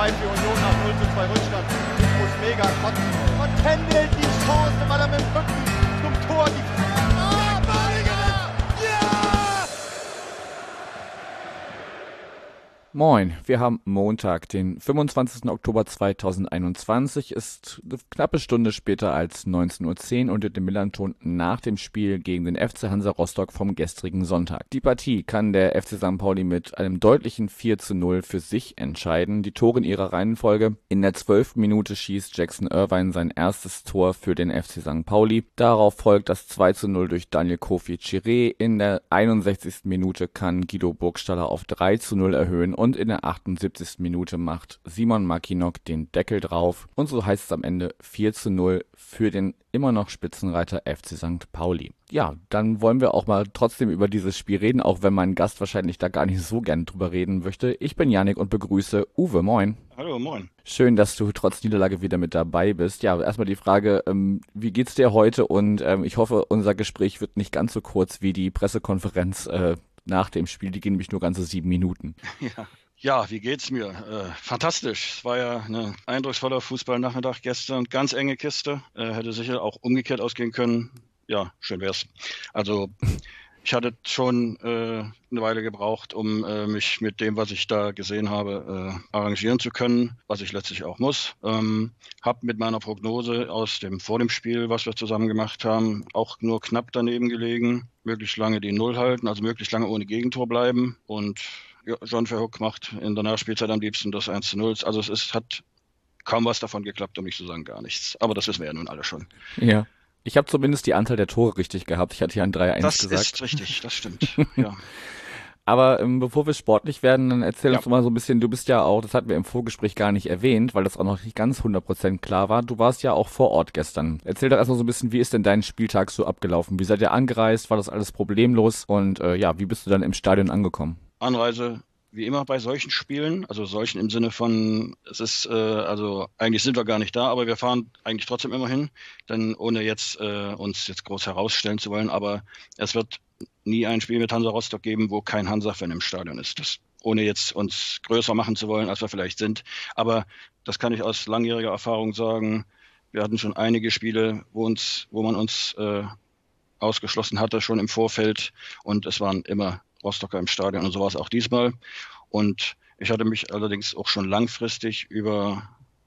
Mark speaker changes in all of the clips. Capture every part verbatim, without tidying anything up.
Speaker 1: zwei für Union nach null zu zwei Rückstand. Ich muss mega kotzen. Und Kendall die Chance, weil er mit dem Rücken zum Tor die... Ah, Badiger! Ja!
Speaker 2: Moin, wir haben Montag, den fünfundzwanzigsten Oktober zweitausendeinundzwanzig, ist eine knappe Stunde später als neunzehn Uhr zehn und der Millanton nach dem Spiel gegen den F C Hansa Rostock vom gestrigen Sonntag. Die Partie kann der F C Sankt Pauli mit einem deutlichen vier zu null für sich entscheiden. Die Tore in ihrer Reihenfolge: in der zwölften Minute schießt Jackson Irvine sein erstes Tor für den F C Sankt Pauli. Darauf folgt das zwei zu null durch Daniel Kofi Chiré. In der einundsechzigsten Minute kann Guido Burgstaller auf drei zu null erhöhen. Und in der achtundsiebzigsten Minute macht Simon Mackinock den Deckel drauf. Und so heißt es am Ende vier zu null für den immer noch Spitzenreiter F C Sankt Pauli. Ja, dann wollen wir auch mal trotzdem über dieses Spiel reden, auch wenn mein Gast wahrscheinlich da gar nicht so gern drüber reden möchte. Ich bin Yannick und begrüße Uwe. Moin.
Speaker 3: Hallo, moin.
Speaker 2: Schön, dass du trotz Niederlage wieder mit dabei bist. Ja, erstmal die Frage, ähm, wie geht's dir heute? Und ähm, ich hoffe, unser Gespräch wird nicht ganz so kurz wie die Pressekonferenz äh, nach dem Spiel. Die gehen nämlich nur ganze sieben Minuten.
Speaker 3: Ja. Ja, wie geht's mir? Äh, fantastisch. Es war ja ein eindrucksvoller Fußballnachmittag gestern. Ganz enge Kiste. Äh, hätte sicher auch umgekehrt ausgehen können. Ja, schön wär's. Also ich hatte schon äh, eine Weile gebraucht, um äh, mich mit dem, was ich da gesehen habe, äh, arrangieren zu können, was ich letztlich auch muss. Ähm, hab mit meiner Prognose aus dem vor dem Spiel, was wir zusammen gemacht haben, auch nur knapp daneben gelegen. Möglichst lange die Null halten, also möglichst lange ohne Gegentor bleiben. Und ja, John Verhoek macht in der Nachspielzeit am liebsten das eins zu null. Also es ist, hat kaum was davon geklappt, um nicht zu sagen gar nichts. Aber das wissen wir ja nun alle schon.
Speaker 2: Ja. Ich habe zumindest die Anzahl der Tore richtig gehabt. Ich hatte hier ein drei eins gesagt.
Speaker 3: Das ist richtig, das stimmt. Ja.
Speaker 2: Aber ähm, bevor wir sportlich werden, dann erzähl
Speaker 3: Ja.
Speaker 2: uns doch mal so ein bisschen, du bist ja auch, das hatten wir im Vorgespräch gar nicht erwähnt, weil das auch noch nicht ganz hundert Prozent klar war, du warst ja auch vor Ort gestern. Erzähl doch erstmal so ein bisschen, wie ist denn dein Spieltag so abgelaufen? Wie seid ihr angereist? War das alles problemlos? Und äh, ja, wie bist du dann im Stadion angekommen?
Speaker 3: Anreise, wie immer bei solchen Spielen, also solchen im Sinne von, es ist, äh, also eigentlich sind wir gar nicht da, aber wir fahren eigentlich trotzdem immer hin, denn ohne jetzt äh, uns jetzt groß herausstellen zu wollen, aber es wird nie ein Spiel mit Hansa Rostock geben, wo kein Hansa-Fan im Stadion ist. Das, ohne jetzt uns größer machen zu wollen, als wir vielleicht sind. Aber das kann ich aus langjähriger Erfahrung sagen. Wir hatten schon einige Spiele, wo uns, wo man uns äh, ausgeschlossen hatte, schon im Vorfeld, und es waren immer Rostocker im Stadion, und so war es auch diesmal. Und ich hatte mich allerdings auch schon langfristig über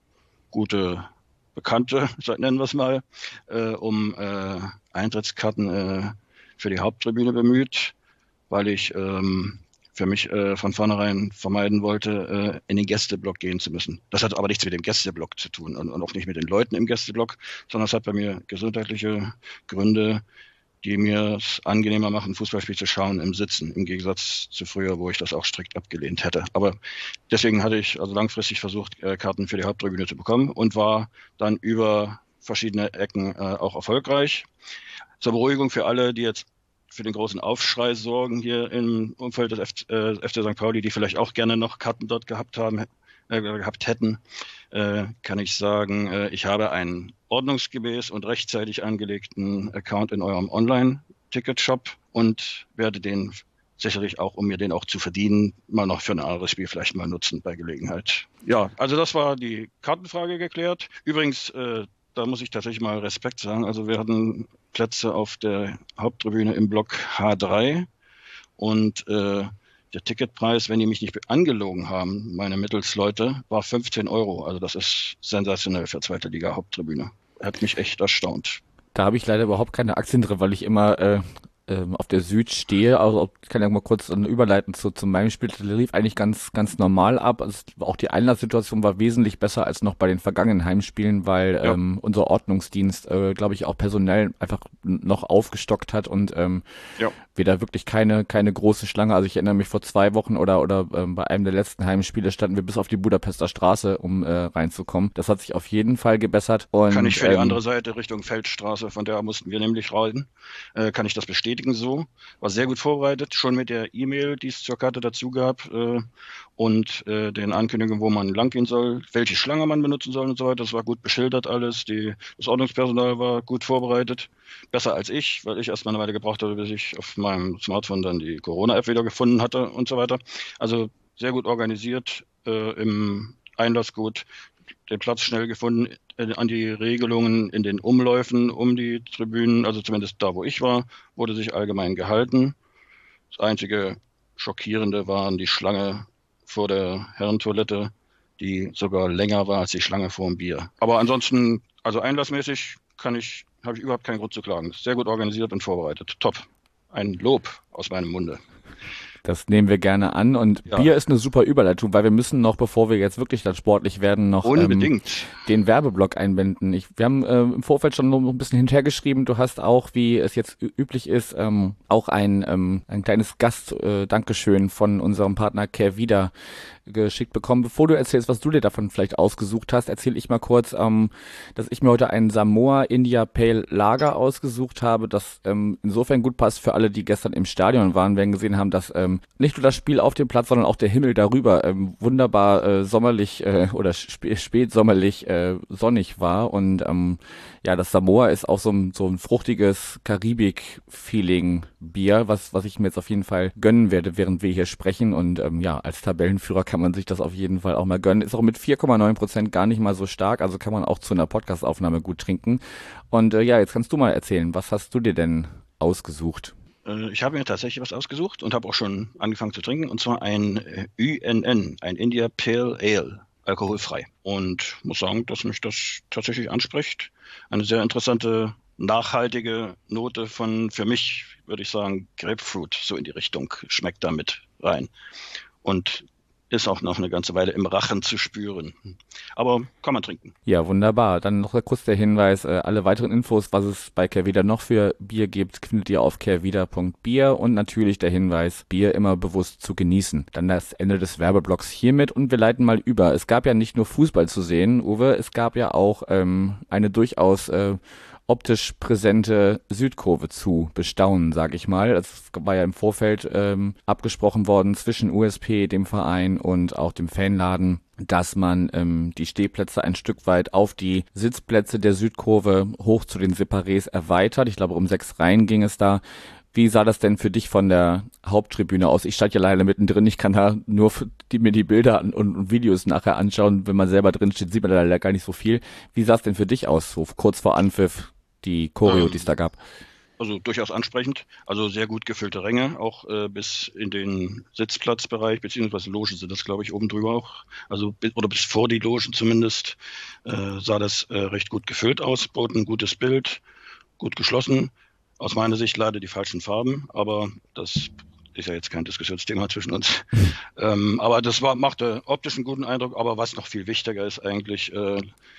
Speaker 3: gute Bekannte, nennen wir es mal, äh, um äh, Eintrittskarten äh, für die Haupttribüne bemüht, weil ich ähm, für mich äh, von vornherein vermeiden wollte, äh, in den Gästeblock gehen zu müssen. Das hat aber nichts mit dem Gästeblock zu tun und, und auch nicht mit den Leuten im Gästeblock, sondern es hat bei mir gesundheitliche Gründe, die mir es angenehmer machen, Fußballspiel zu schauen im Sitzen, im Gegensatz zu früher, wo ich das auch strikt abgelehnt hätte. Aber deswegen hatte ich also langfristig versucht, äh, Karten für die Haupttribüne zu bekommen und war dann über verschiedene Ecken äh, auch erfolgreich. Zur Beruhigung für alle, die jetzt für den großen Aufschrei sorgen hier im Umfeld des F C, äh, F C Sankt Pauli, die vielleicht auch gerne noch Karten dort gehabt haben, äh, gehabt hätten, äh, kann ich sagen, äh, ich habe einen ordnungsgemäß und rechtzeitig angelegten Account in eurem Online-Ticket-Shop und werde den sicherlich auch, um mir den auch zu verdienen, mal noch für ein anderes Spiel vielleicht mal nutzen bei Gelegenheit. Ja, also das war die Kartenfrage geklärt. Übrigens, äh, da muss ich tatsächlich mal Respekt sagen. Also wir hatten Plätze auf der Haupttribüne im Block H drei und äh, der Ticketpreis, wenn die mich nicht angelogen haben, meine Mittelsleute, war fünfzehn Euro. Also das ist sensationell für zweite Liga Haupttribüne. Hat mich echt erstaunt.
Speaker 2: Da habe ich leider überhaupt keine Aktien drin, weil ich immer äh, ähm, auf der Süd stehe. Also ich kann ja mal kurz dann überleiten zu, zu meinem Spiel. Der lief eigentlich ganz ganz normal ab. Also auch die Einlasssituation war wesentlich besser als noch bei den vergangenen Heimspielen, weil
Speaker 3: Ja.
Speaker 2: ähm, unser Ordnungsdienst, äh, glaube ich, auch personell einfach noch aufgestockt hat und ähm,
Speaker 3: Ja.
Speaker 2: wir da wirklich keine keine große Schlange. Also ich erinnere mich, vor zwei Wochen oder oder ähm, bei einem der letzten Heimspiele standen wir bis auf die Budapester Straße, um äh, reinzukommen. Das hat sich auf jeden Fall gebessert. Und,
Speaker 3: Kann ich für die
Speaker 2: ähm,
Speaker 3: andere Seite Richtung Feldstraße, von der mussten wir nämlich rein, äh, kann ich das bestätigen so. War sehr gut vorbereitet, schon mit der E-Mail, die es zur Karte dazu gab äh, und äh, den Ankündigungen, wo man langgehen soll, welche Schlange man benutzen soll und so weiter. Das war gut beschildert alles. Die, das Ordnungspersonal war gut vorbereitet. Besser als ich, weil ich erst mal eine Weile gebraucht habe, bis ich auf meinem Smartphone dann die Corona-App wieder gefunden hatte und so weiter. Also sehr gut organisiert äh, im Einlass gut, den Platz schnell gefunden, äh, an die Regelungen in den Umläufen um die Tribünen, also zumindest da, wo ich war, wurde sich allgemein gehalten. Das einzige Schockierende waren die Schlange vor der Herrentoilette, die sogar länger war als die Schlange vor dem Bier. Aber ansonsten, also einlassmäßig kann ich, habe ich überhaupt keinen Grund zu klagen. Sehr gut organisiert und vorbereitet. Top. Ein Lob aus meinem Munde.
Speaker 2: Das nehmen wir gerne an und ja. Bier ist eine super Überleitung, weil wir müssen noch, bevor wir jetzt wirklich dann sportlich werden, noch ähm, den Werbeblock einbinden. Ich, wir haben äh, im Vorfeld schon noch ein bisschen hinterhergeschrieben. Du hast auch, wie es jetzt üblich ist, ähm, auch ein ähm, ein kleines Gast-Dankeschön äh, von unserem Partner Kehrwieder geschickt bekommen. Bevor du erzählst, was du dir davon vielleicht ausgesucht hast, erzähle ich mal kurz, ähm, dass ich mir heute einen Samoa India Pale Lager ausgesucht habe, das ähm, insofern gut passt für alle, die gestern im Stadion waren, werden gesehen haben, dass ähm, nicht nur das Spiel auf dem Platz, sondern auch der Himmel darüber ähm, wunderbar äh, sommerlich äh, oder sp- spätsommerlich äh, sonnig war und ähm, ja, das Samoa ist auch so ein, so ein fruchtiges Karibik-Feeling-Bier, was was ich mir jetzt auf jeden Fall gönnen werde, während wir hier sprechen und ähm, ja, als Tabellenführer kann man sich das auf jeden Fall auch mal gönnen. Ist auch mit vier Komma neun Prozent gar nicht mal so stark, also kann man auch zu einer Podcast-Aufnahme gut trinken. Und äh, ja, jetzt kannst du mal erzählen, was hast du dir denn ausgesucht?
Speaker 3: Ich habe mir tatsächlich was ausgesucht und habe auch schon angefangen zu trinken, und zwar ein I N N, ein India Pale Ale, alkoholfrei. Und muss sagen, dass mich das tatsächlich anspricht. Eine sehr interessante, nachhaltige Note von, für mich würde ich sagen, Grapefruit, so in die Richtung, schmeckt damit rein. Und ist auch noch eine ganze Weile im Rachen zu spüren. Aber kann man trinken.
Speaker 2: Ja, wunderbar. Dann noch kurz der Hinweis, äh, alle weiteren Infos, was es bei Kehrwieder noch für Bier gibt, findet ihr auf kehrwieder punkt bier und natürlich der Hinweis, Bier immer bewusst zu genießen. Dann das Ende des Werbeblocks hiermit und wir leiten mal über. Es gab ja nicht nur Fußball zu sehen, Uwe, es gab ja auch ähm, eine durchaus äh, optisch präsente Südkurve zu bestaunen, sage ich mal. Es war ja im Vorfeld ähm, abgesprochen worden zwischen U S P, dem Verein und auch dem Fanladen, dass man ähm, die Stehplätze ein Stück weit auf die Sitzplätze der Südkurve hoch zu den Separés erweitert. Ich glaube, um sechs Reihen ging es da. Wie sah das denn für dich von der Haupttribüne aus? Ich stand ja leider mittendrin, ich kann da nur die, mir die Bilder und, und Videos nachher anschauen. Wenn man selber drin steht, sieht man da leider gar nicht so viel. Wie sah es denn für dich aus, so kurz vor Anpfiff, die Choreo, ähm, die es da gab?
Speaker 3: Also durchaus ansprechend, also sehr gut gefüllte Ränge, auch äh, bis in den Sitzplatzbereich, beziehungsweise Logen sind das, glaube ich, oben drüber auch, also bis, oder bis vor die Logen zumindest, äh, sah das äh, recht gut gefüllt aus, bot ein gutes Bild, gut geschlossen. Aus meiner Sicht leider die falschen Farben, aber das ist ja jetzt kein Diskussionsthema zwischen uns. ähm, aber das war, machte optisch einen guten Eindruck, aber was noch viel wichtiger ist eigentlich, äh,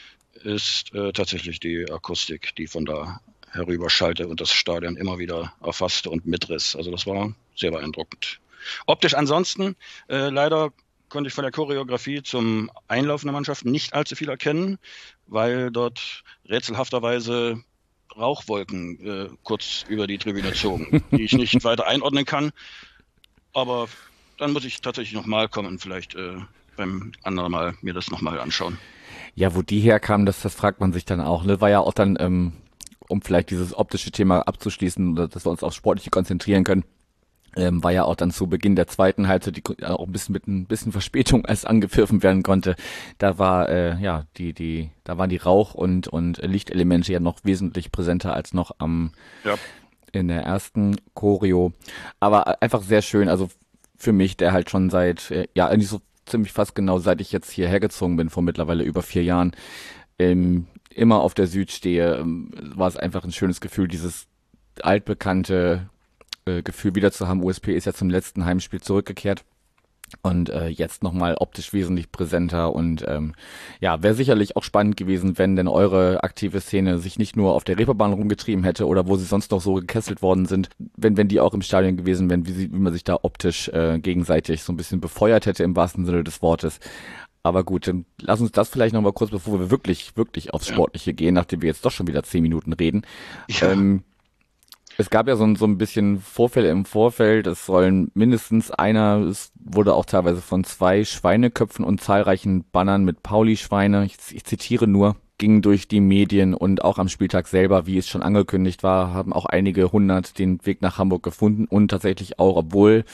Speaker 3: ist äh, tatsächlich die Akustik, die von da herüber schallte und das Stadion immer wieder erfasste und mitriss. Also das war sehr beeindruckend. Optisch ansonsten, äh, leider konnte ich von der Choreografie zum Einlaufen der Mannschaft nicht allzu viel erkennen, weil dort rätselhafterweise Rauchwolken äh, kurz über die Tribüne zogen, die ich nicht weiter einordnen kann. Aber dann muss ich tatsächlich nochmal kommen und vielleicht äh, beim anderen Mal mir das nochmal anschauen.
Speaker 2: Ja, wo die herkamen, das, das fragt man sich dann auch. Ne? War ja auch dann, ähm, um vielleicht dieses optische Thema abzuschließen, dass wir uns aufs Sportliche konzentrieren können, ähm, war ja auch dann zu Beginn der zweiten Halbzeit, die auch ein bisschen mit ein bisschen Verspätung als angepfiffen werden konnte. Da war äh, ja die die da waren die Rauch- und und Lichtelemente ja noch wesentlich präsenter als noch am ja. in der ersten Choreo. Aber einfach sehr schön. Also für mich, der halt schon seit äh, ja eigentlich so ziemlich fast genau seit ich jetzt hierher gezogen bin vor mittlerweile über vier Jahren ähm, immer auf der Süd stehe, ähm, war es einfach ein schönes Gefühl, dieses altbekannte Gefühl wieder zu haben. U S P ist ja zum letzten Heimspiel zurückgekehrt und äh, jetzt nochmal optisch wesentlich präsenter und ähm, ja, wäre sicherlich auch spannend gewesen, wenn denn eure aktive Szene sich nicht nur auf der Reeperbahn rumgetrieben hätte oder wo sie sonst noch so gekesselt worden sind, wenn wenn die auch im Stadion gewesen wären, wie, sie, wie man sich da optisch äh, gegenseitig so ein bisschen befeuert hätte im wahrsten Sinne des Wortes. Aber gut, dann lass uns das vielleicht nochmal kurz, bevor wir wirklich, wirklich aufs Sportliche gehen, nachdem wir jetzt doch schon wieder zehn Minuten reden. Ja. Ähm, Es gab ja so ein, so ein bisschen Vorfälle im Vorfeld. Es sollen mindestens einer, es wurde auch teilweise von zwei Schweineköpfen und zahlreichen Bannern mit Pauli-Schweine, ich, ich zitiere nur, gingen durch die Medien und auch am Spieltag selber, wie es schon angekündigt war, haben auch einige hundert den Weg nach Hamburg gefunden und tatsächlich auch, obwohl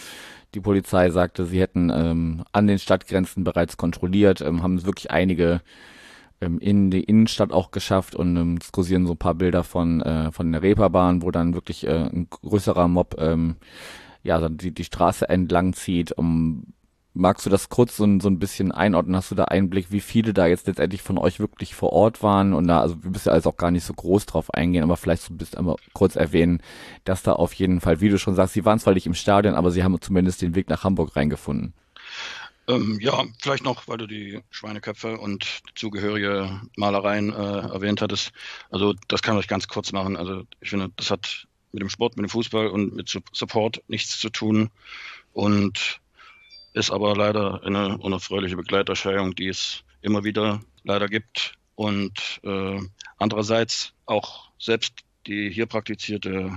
Speaker 2: Die Polizei sagte, sie hätten ähm, an den Stadtgrenzen bereits kontrolliert, ähm, haben wirklich einige ähm, in die Innenstadt auch geschafft und ähm, es kursieren so ein paar Bilder von äh, von der Reeperbahn, wo dann wirklich äh, ein größerer Mob ähm, ja dann die die Straße entlang zieht. Um, magst du das kurz so, ein- so ein bisschen einordnen? Hast du da Einblick, wie viele da jetzt letztendlich von euch wirklich vor Ort waren? Und da, also wir müssen ja alles auch gar nicht so groß drauf eingehen, aber vielleicht so ein bisschen einmal kurz erwähnen, dass da auf jeden Fall, wie du schon sagst, sie waren zwar nicht im Stadion, aber sie haben zumindest den Weg nach Hamburg reingefunden.
Speaker 3: Ähm, ja, vielleicht noch, weil du die Schweineköpfe und zugehörige Malereien äh, erwähnt hattest. Also das kann ich ganz kurz machen. Also ich finde, das hat mit dem Sport, mit dem Fußball und mit Sup- Support nichts zu tun und ist aber leider eine unerfreuliche Begleiterscheinung, die es immer wieder leider gibt. Und äh, andererseits auch selbst die hier praktizierte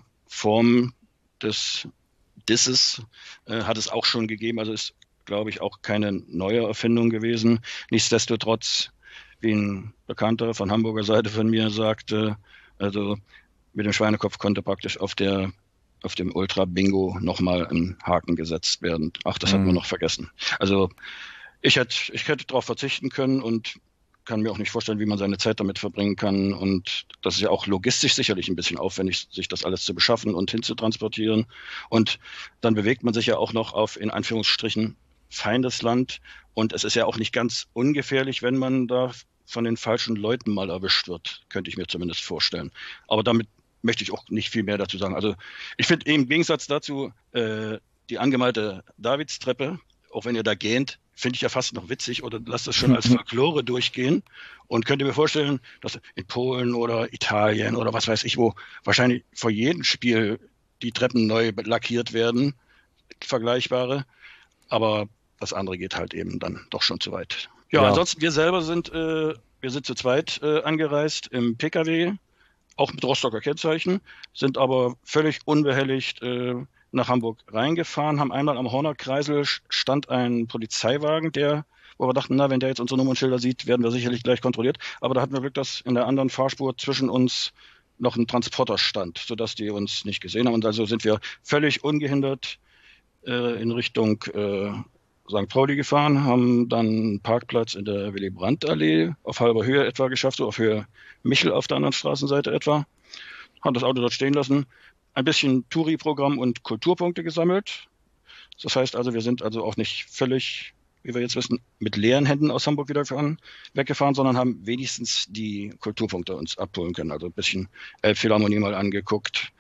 Speaker 3: Form des Disses äh, hat es auch schon gegeben. Also ist, glaube ich, auch keine neue Erfindung gewesen. Nichtsdestotrotz, wie ein Bekannter von Hamburger Seite von mir sagte, also mit dem Schweinekopf konnte praktisch auf der auf dem Ultra-Bingo nochmal ein Haken gesetzt werden. Ach, das hatten wir
Speaker 2: Mhm.
Speaker 3: noch vergessen. Also ich hätte, ich hätte darauf verzichten können und kann mir auch nicht vorstellen, wie man seine Zeit damit verbringen kann. Und das ist ja auch logistisch sicherlich ein bisschen aufwendig, sich das alles zu beschaffen und hinzutransportieren. Und dann bewegt man sich ja auch noch auf, in Anführungsstrichen, Feindesland. Und es ist ja auch nicht ganz ungefährlich, wenn man da von den falschen Leuten mal erwischt wird, könnte ich mir zumindest vorstellen. Aber damit möchte ich auch nicht viel mehr dazu sagen. Also ich finde im Gegensatz dazu äh, die angemalte Davidstreppe, auch wenn ihr da gähnt, finde ich ja fast noch witzig oder lasst das schon als Folklore durchgehen und könnt ihr mir vorstellen, dass in Polen oder Italien oder was weiß ich wo wahrscheinlich vor jedem Spiel die Treppen neu lackiert werden, vergleichbare, aber das andere geht halt eben dann doch schon zu weit. Ja,
Speaker 2: Ja,
Speaker 3: ansonsten wir selber sind, äh, wir sind zu zweit äh, angereist im P K W, auch mit Rostocker Kennzeichen, sind aber völlig unbehelligt äh, nach Hamburg reingefahren, haben einmal am Hornerkreisel stand ein Polizeiwagen, der, wo wir dachten, na, wenn der jetzt unsere Nummernschilder sieht, werden wir sicherlich gleich kontrolliert. Aber da hatten wir Glück, dass in der anderen Fahrspur zwischen uns noch ein Transporter stand, sodass die uns nicht gesehen haben. Und also sind wir völlig ungehindert äh, in Richtung äh, Sankt Pauli gefahren, haben dann einen Parkplatz in der Willy-Brandt-Allee auf halber Höhe etwa geschafft, so auf Höhe Michel auf der anderen Straßenseite etwa, haben das Auto dort stehen lassen, ein bisschen Touri-Programm und Kulturpunkte gesammelt. Das heißt also, wir sind also auch nicht völlig, wie wir jetzt wissen, mit leeren Händen aus Hamburg wieder gefahren, weggefahren, sondern haben wenigstens die Kulturpunkte uns abholen können. Also ein bisschen Elbphilharmonie mal angeguckt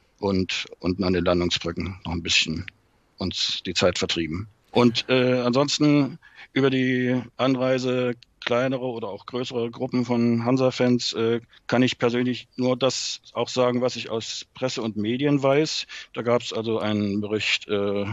Speaker 3: und unten an den Landungsbrücken noch ein bisschen uns die Zeit vertrieben. Und äh, ansonsten über die Anreise kleinere oder auch größere Gruppen von Hansa-Fans äh, kann ich persönlich nur das auch sagen, was ich aus Presse und Medien weiß. Da gab es also einen Bericht äh,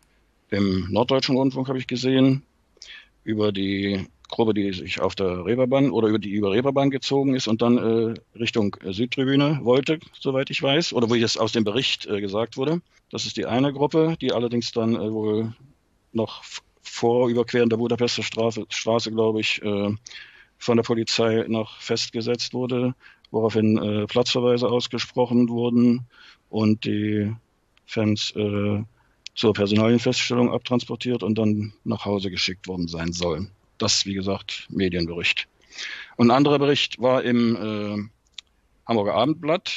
Speaker 3: im Norddeutschen Rundfunk, habe ich gesehen, über die Gruppe, die sich auf der Reeperbahn oder über die über Reeperbahn gezogen ist und dann äh, Richtung äh, Südtribüne wollte, soweit ich weiß, oder wo es aus dem Bericht äh, gesagt wurde. Das ist die eine Gruppe, die allerdings dann äh, wohl noch vor Überqueren der Budapester Straße, Straße glaube ich, äh, von der Polizei noch festgesetzt wurde, woraufhin äh, Platzverweise ausgesprochen wurden und die Fans äh, zur Personalienfeststellung abtransportiert und dann nach Hause geschickt worden sein sollen. Das, wie gesagt, Medienbericht. Und ein anderer Bericht war im äh, Hamburger Abendblatt.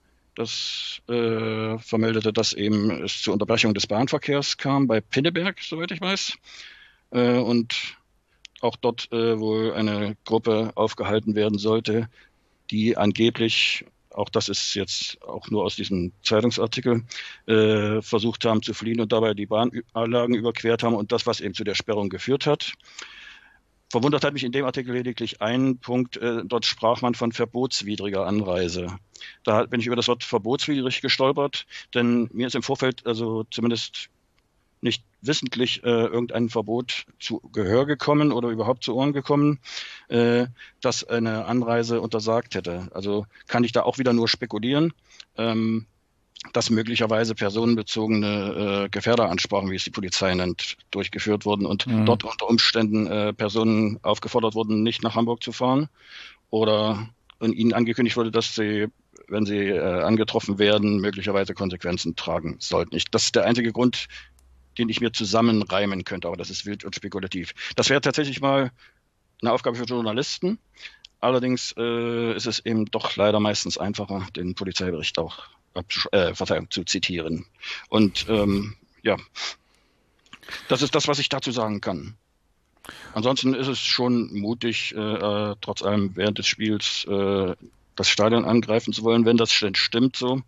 Speaker 3: Das äh, vermeldete, dass eben es zur Unterbrechung des Bahnverkehrs kam bei Pinneberg, soweit ich weiß. Äh, und auch dort äh, wohl eine Gruppe aufgehalten werden sollte, die angeblich, auch das ist jetzt auch nur aus diesem Zeitungsartikel, äh, versucht haben zu fliehen und dabei die Bahnanlagen überquert haben und das, was eben zu der Sperrung geführt hat. Verwundert hat mich in dem Artikel lediglich ein Punkt, äh, dort sprach man von verbotswidriger Anreise. Da bin ich über das Wort verbotswidrig gestolpert, denn mir ist im Vorfeld also zumindest nicht wissentlich äh, irgendein Verbot zu Gehör gekommen oder überhaupt zu Ohren gekommen, äh, das eine Anreise untersagt hätte. Also kann ich da auch wieder nur spekulieren, ähm, dass möglicherweise personenbezogene äh, Gefährderansprachen, wie es die Polizei nennt, durchgeführt wurden und mhm. dort unter Umständen äh, Personen aufgefordert wurden, nicht nach Hamburg zu fahren oder ihnen angekündigt wurde, dass sie, wenn sie äh, angetroffen werden, möglicherweise Konsequenzen tragen sollten. Ich, das ist der einzige Grund, den ich mir zusammenreimen könnte, aber das ist wild und spekulativ. Das wäre tatsächlich mal eine Aufgabe für Journalisten. Allerdings äh, ist es eben doch leider meistens einfacher, den Polizeibericht auch äh, Verzeihung, zu zitieren. Und ähm, ja, das ist das, was ich dazu sagen kann. Ansonsten ist es schon mutig, äh, trotz allem während des Spiels äh, das Stadion angreifen zu wollen, wenn das denn stimmt so.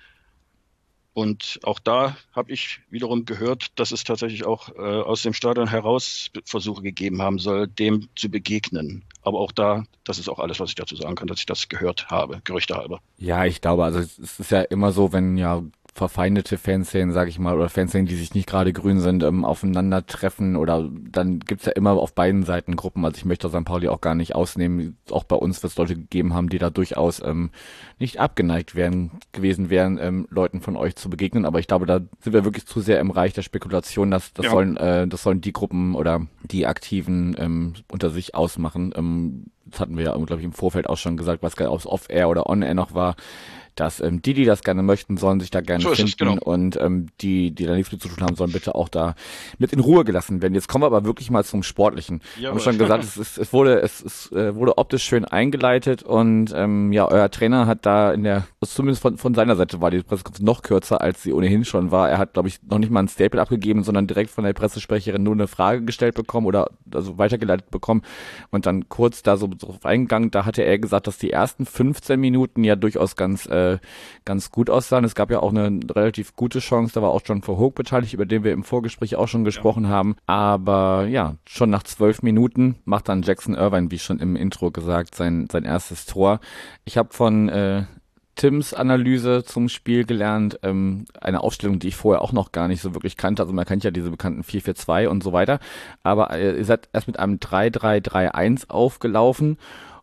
Speaker 3: Und auch da habe ich wiederum gehört, dass es tatsächlich auch äh, aus dem Stadion heraus Versuche gegeben haben soll, dem zu begegnen. Aber auch da, das ist auch alles, was ich dazu sagen kann, dass ich das gehört habe, Gerüchte habe.
Speaker 2: Ja, ich glaube, also es ist ja immer so, wenn ja verfeindete Fanszenen, sag ich mal, oder Fanszenen, die sich nicht gerade grün sind, ähm, aufeinandertreffen oder dann gibt's ja immer auf beiden Seiten Gruppen. Also ich möchte Sankt Pauli auch gar nicht ausnehmen. Auch bei uns wird es Leute gegeben haben, die da durchaus ähm, nicht abgeneigt wären, gewesen wären, ähm, Leuten von euch zu begegnen. Aber ich glaube, da sind wir wirklich zu sehr im Reich der Spekulation, dass das
Speaker 3: Ja.
Speaker 2: sollen, äh, das sollen die Gruppen oder die Aktiven ähm, unter sich ausmachen. Ähm, das hatten wir ja, glaube ich, im Vorfeld auch schon gesagt, was gerade aufs Off-Air oder On-Air noch war, dass ähm, die, die das gerne möchten, sollen sich da gerne
Speaker 3: So ist
Speaker 2: finden
Speaker 3: es, genau.
Speaker 2: und ähm, die, die da nichts mit zu tun haben, sollen bitte auch da mit in Ruhe gelassen werden. Jetzt kommen wir aber wirklich mal zum Sportlichen. Wir haben
Speaker 3: Jawohl.
Speaker 2: schon gesagt, es, ist, es wurde es, es äh, wurde optisch schön eingeleitet und ähm, ja, euer Trainer hat da in der, zumindest von, von seiner Seite war die Pressekonferenz noch kürzer, als sie ohnehin schon war. Er hat, glaube ich, noch nicht mal ein Statement abgegeben, sondern direkt von der Pressesprecherin nur eine Frage gestellt bekommen oder also weitergeleitet bekommen und dann kurz da so drauf eingegangen. Da hatte er gesagt, dass die ersten fünfzehn Minuten ja durchaus ganz äh, ganz gut aussahen. Es gab ja auch eine relativ gute Chance, da war auch John Verhoek beteiligt, über den wir im Vorgespräch auch schon gesprochen ja. haben. Aber ja, schon nach zwölf Minuten macht dann Jackson Irvine, wie schon im Intro gesagt, sein sein erstes Tor. Ich habe von äh, Tims Analyse zum Spiel gelernt, ähm, eine Aufstellung, die ich vorher auch noch gar nicht so wirklich kannte. Also man kennt ja diese bekannten vier vier zwei und so weiter. Aber äh, ihr seid erst mit einem drei drei drei eins aufgelaufen.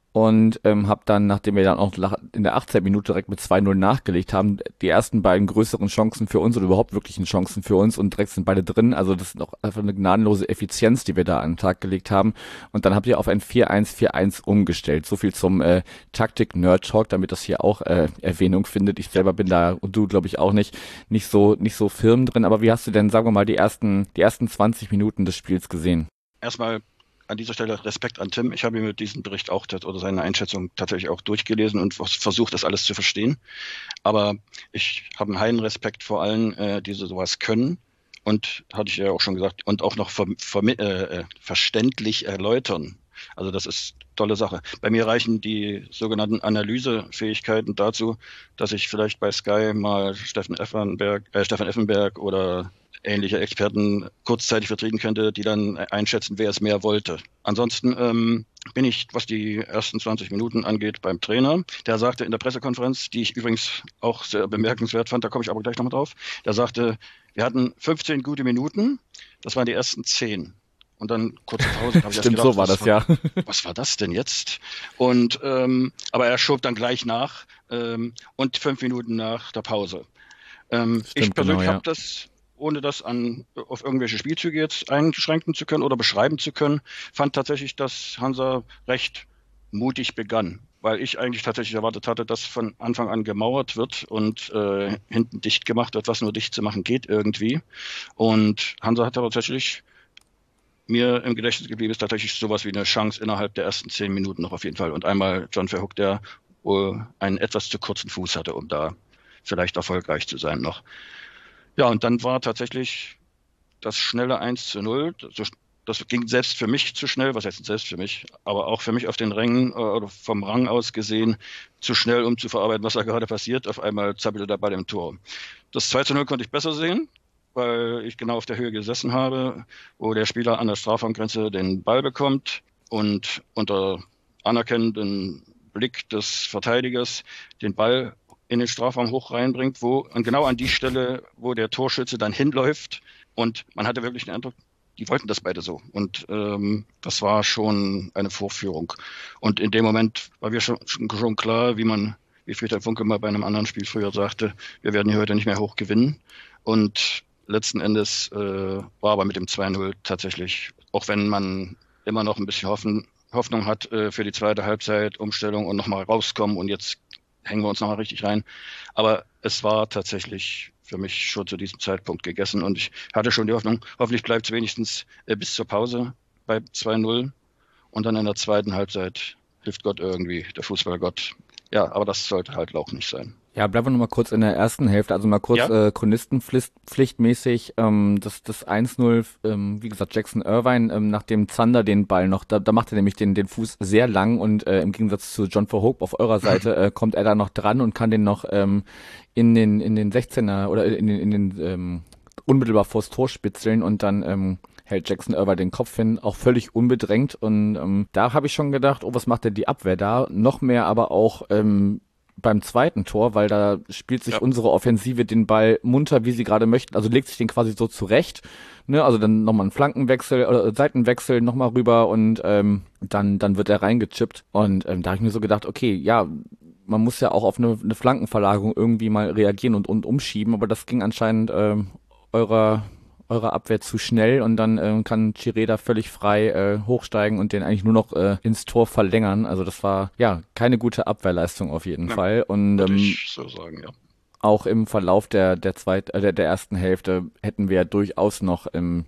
Speaker 2: Und ähm, habe dann, nachdem wir dann auch in der achtzehnten Minute direkt mit zwei null nachgelegt haben, die ersten beiden größeren Chancen für uns oder überhaupt wirklichen Chancen für uns und direkt sind beide drin. Also das ist auch einfach eine gnadenlose Effizienz, die wir da an den Tag gelegt haben. Und dann habt ihr auf ein vier eins vier eins umgestellt. So viel zum äh, Taktik-Nerd-Talk, damit das hier auch äh, Erwähnung findet. Ich selber bin da und du, glaube ich, auch nicht nicht so nicht so firm drin. Aber wie hast du denn, sagen wir mal, die ersten die ersten zwanzig Minuten des Spiels gesehen?
Speaker 3: Erstmal an dieser Stelle Respekt an Tim. Ich habe mir diesen Bericht auch oder seine Einschätzung tatsächlich auch durchgelesen und versucht, das alles zu verstehen. Aber ich habe einen heiden Respekt vor allen, äh, die sowas können und, hatte ich ja auch schon gesagt, und auch noch ver, ver, äh, verständlich erläutern. Also das ist eine tolle Sache. Bei mir reichen die sogenannten Analysefähigkeiten dazu, dass ich vielleicht bei Sky mal Steffen Effenberg, äh, Stefan Effenberg oder ähnliche Experten kurzzeitig vertreten könnte, die dann einschätzen, wer es mehr wollte. Ansonsten ähm, bin ich, was die ersten zwanzig Minuten angeht, beim Trainer. Der sagte in der Pressekonferenz, die ich übrigens auch sehr bemerkenswert fand, da komme ich aber gleich nochmal drauf, der sagte, wir hatten fünfzehn gute Minuten, das waren die ersten zehn. Und dann kurze Pause. Hab ich
Speaker 2: Stimmt,
Speaker 3: gedacht,
Speaker 2: so war das,
Speaker 3: war,
Speaker 2: ja.
Speaker 3: Was war das denn jetzt? Und ähm, aber er schob dann gleich nach ähm, und fünf Minuten nach der Pause. Ähm,
Speaker 2: Stimmt,
Speaker 3: ich persönlich
Speaker 2: genau, ja.
Speaker 3: habe das, ohne das an auf irgendwelche Spielzüge jetzt einschränken zu können oder beschreiben zu können, fand tatsächlich, dass Hansa recht mutig begann. Weil ich eigentlich tatsächlich erwartet hatte, dass von Anfang an gemauert wird und äh, hinten dicht gemacht wird, was nur dicht zu machen geht irgendwie. Und Hansa hat aber tatsächlich mir im Gedächtnis geblieben ist tatsächlich sowas wie eine Chance innerhalb der ersten zehn Minuten noch auf jeden Fall. Und einmal John Verhoek, der wohl einen etwas zu kurzen Fuß hatte, um da vielleicht erfolgreich zu sein noch. Ja, und dann war tatsächlich das schnelle eins zu null. Das, das ging selbst für mich zu schnell, was heißt selbst für mich, aber auch für mich auf den Rängen oder vom Rang aus gesehen zu schnell, um zu verarbeiten, was da gerade passiert. Auf einmal zappelte der Ball im Tor. Das zwei zu null konnte ich besser sehen, weil ich genau auf der Höhe gesessen habe, wo der Spieler an der Strafraumgrenze den Ball bekommt und unter anerkennendem Blick des Verteidigers den Ball in den Strafraum hoch reinbringt, wo und genau an die Stelle, wo der Torschütze dann hinläuft. Und man hatte wirklich den Eindruck, die wollten das beide so. Und ähm, das war schon eine Vorführung. Und in dem Moment war mir schon, schon klar, wie man, wie Friedhelm Funke mal bei einem anderen Spiel früher sagte, wir werden hier heute nicht mehr hoch gewinnen. Und letzten Endes äh, war aber mit dem zwei null tatsächlich, auch wenn man immer noch ein bisschen Hoffen, Hoffnung hat äh, für die zweite Halbzeit, Umstellung und nochmal rauskommen und jetzt hängen wir uns nochmal richtig rein. Aber es war tatsächlich für mich schon zu diesem Zeitpunkt gegessen. Und ich hatte schon die Hoffnung, hoffentlich bleibt es wenigstens äh, bis zur Pause bei zwei null. Und dann in der zweiten Halbzeit hilft Gott irgendwie, der Fußballgott. Ja, aber das sollte halt auch nicht sein.
Speaker 2: Ja, bleiben wir noch mal kurz in der ersten Hälfte, also mal kurz
Speaker 3: Ja.
Speaker 2: äh, Chronistenpflichtmäßig, ähm, das, das eins null, ähm, wie gesagt, Jackson Irvine, ähm, nachdem Zander den Ball noch, da, da macht er nämlich den, den Fuß sehr lang und äh, im Gegensatz zu John Verhoek auf eurer Seite äh, kommt er da noch dran und kann den noch ähm, in den in den sechzehner oder in den, in den ähm, unmittelbar vors Tor spitzeln und dann ähm, hält Jackson Irvine den Kopf hin, auch völlig unbedrängt und ähm, da habe ich schon gedacht, oh, was macht denn die Abwehr da? Noch mehr aber auch ähm, beim zweiten Tor, weil da spielt sich
Speaker 3: Ja.
Speaker 2: unsere Offensive den Ball munter, wie sie gerade möchten, also legt sich den quasi so zurecht, ne, also dann nochmal einen Flankenwechsel oder Seitenwechsel nochmal rüber und ähm, dann dann wird er reingechippt und ähm, da habe ich mir so gedacht, okay, ja, man muss ja auch auf eine, eine Flankenverlagerung irgendwie mal reagieren und, und umschieben, aber das ging anscheinend ähm, eurer eurer Abwehr zu schnell und dann ähm, kann Chiré da völlig frei äh, hochsteigen und den eigentlich nur noch äh, ins Tor verlängern. Also das war ja keine gute Abwehrleistung auf jeden
Speaker 3: Ja,
Speaker 2: Fall. Und
Speaker 3: Würde
Speaker 2: ähm,
Speaker 3: ich so sagen, ja.
Speaker 2: auch im Verlauf der der zweit, äh, der, der ersten Hälfte hätten wir ja durchaus noch im,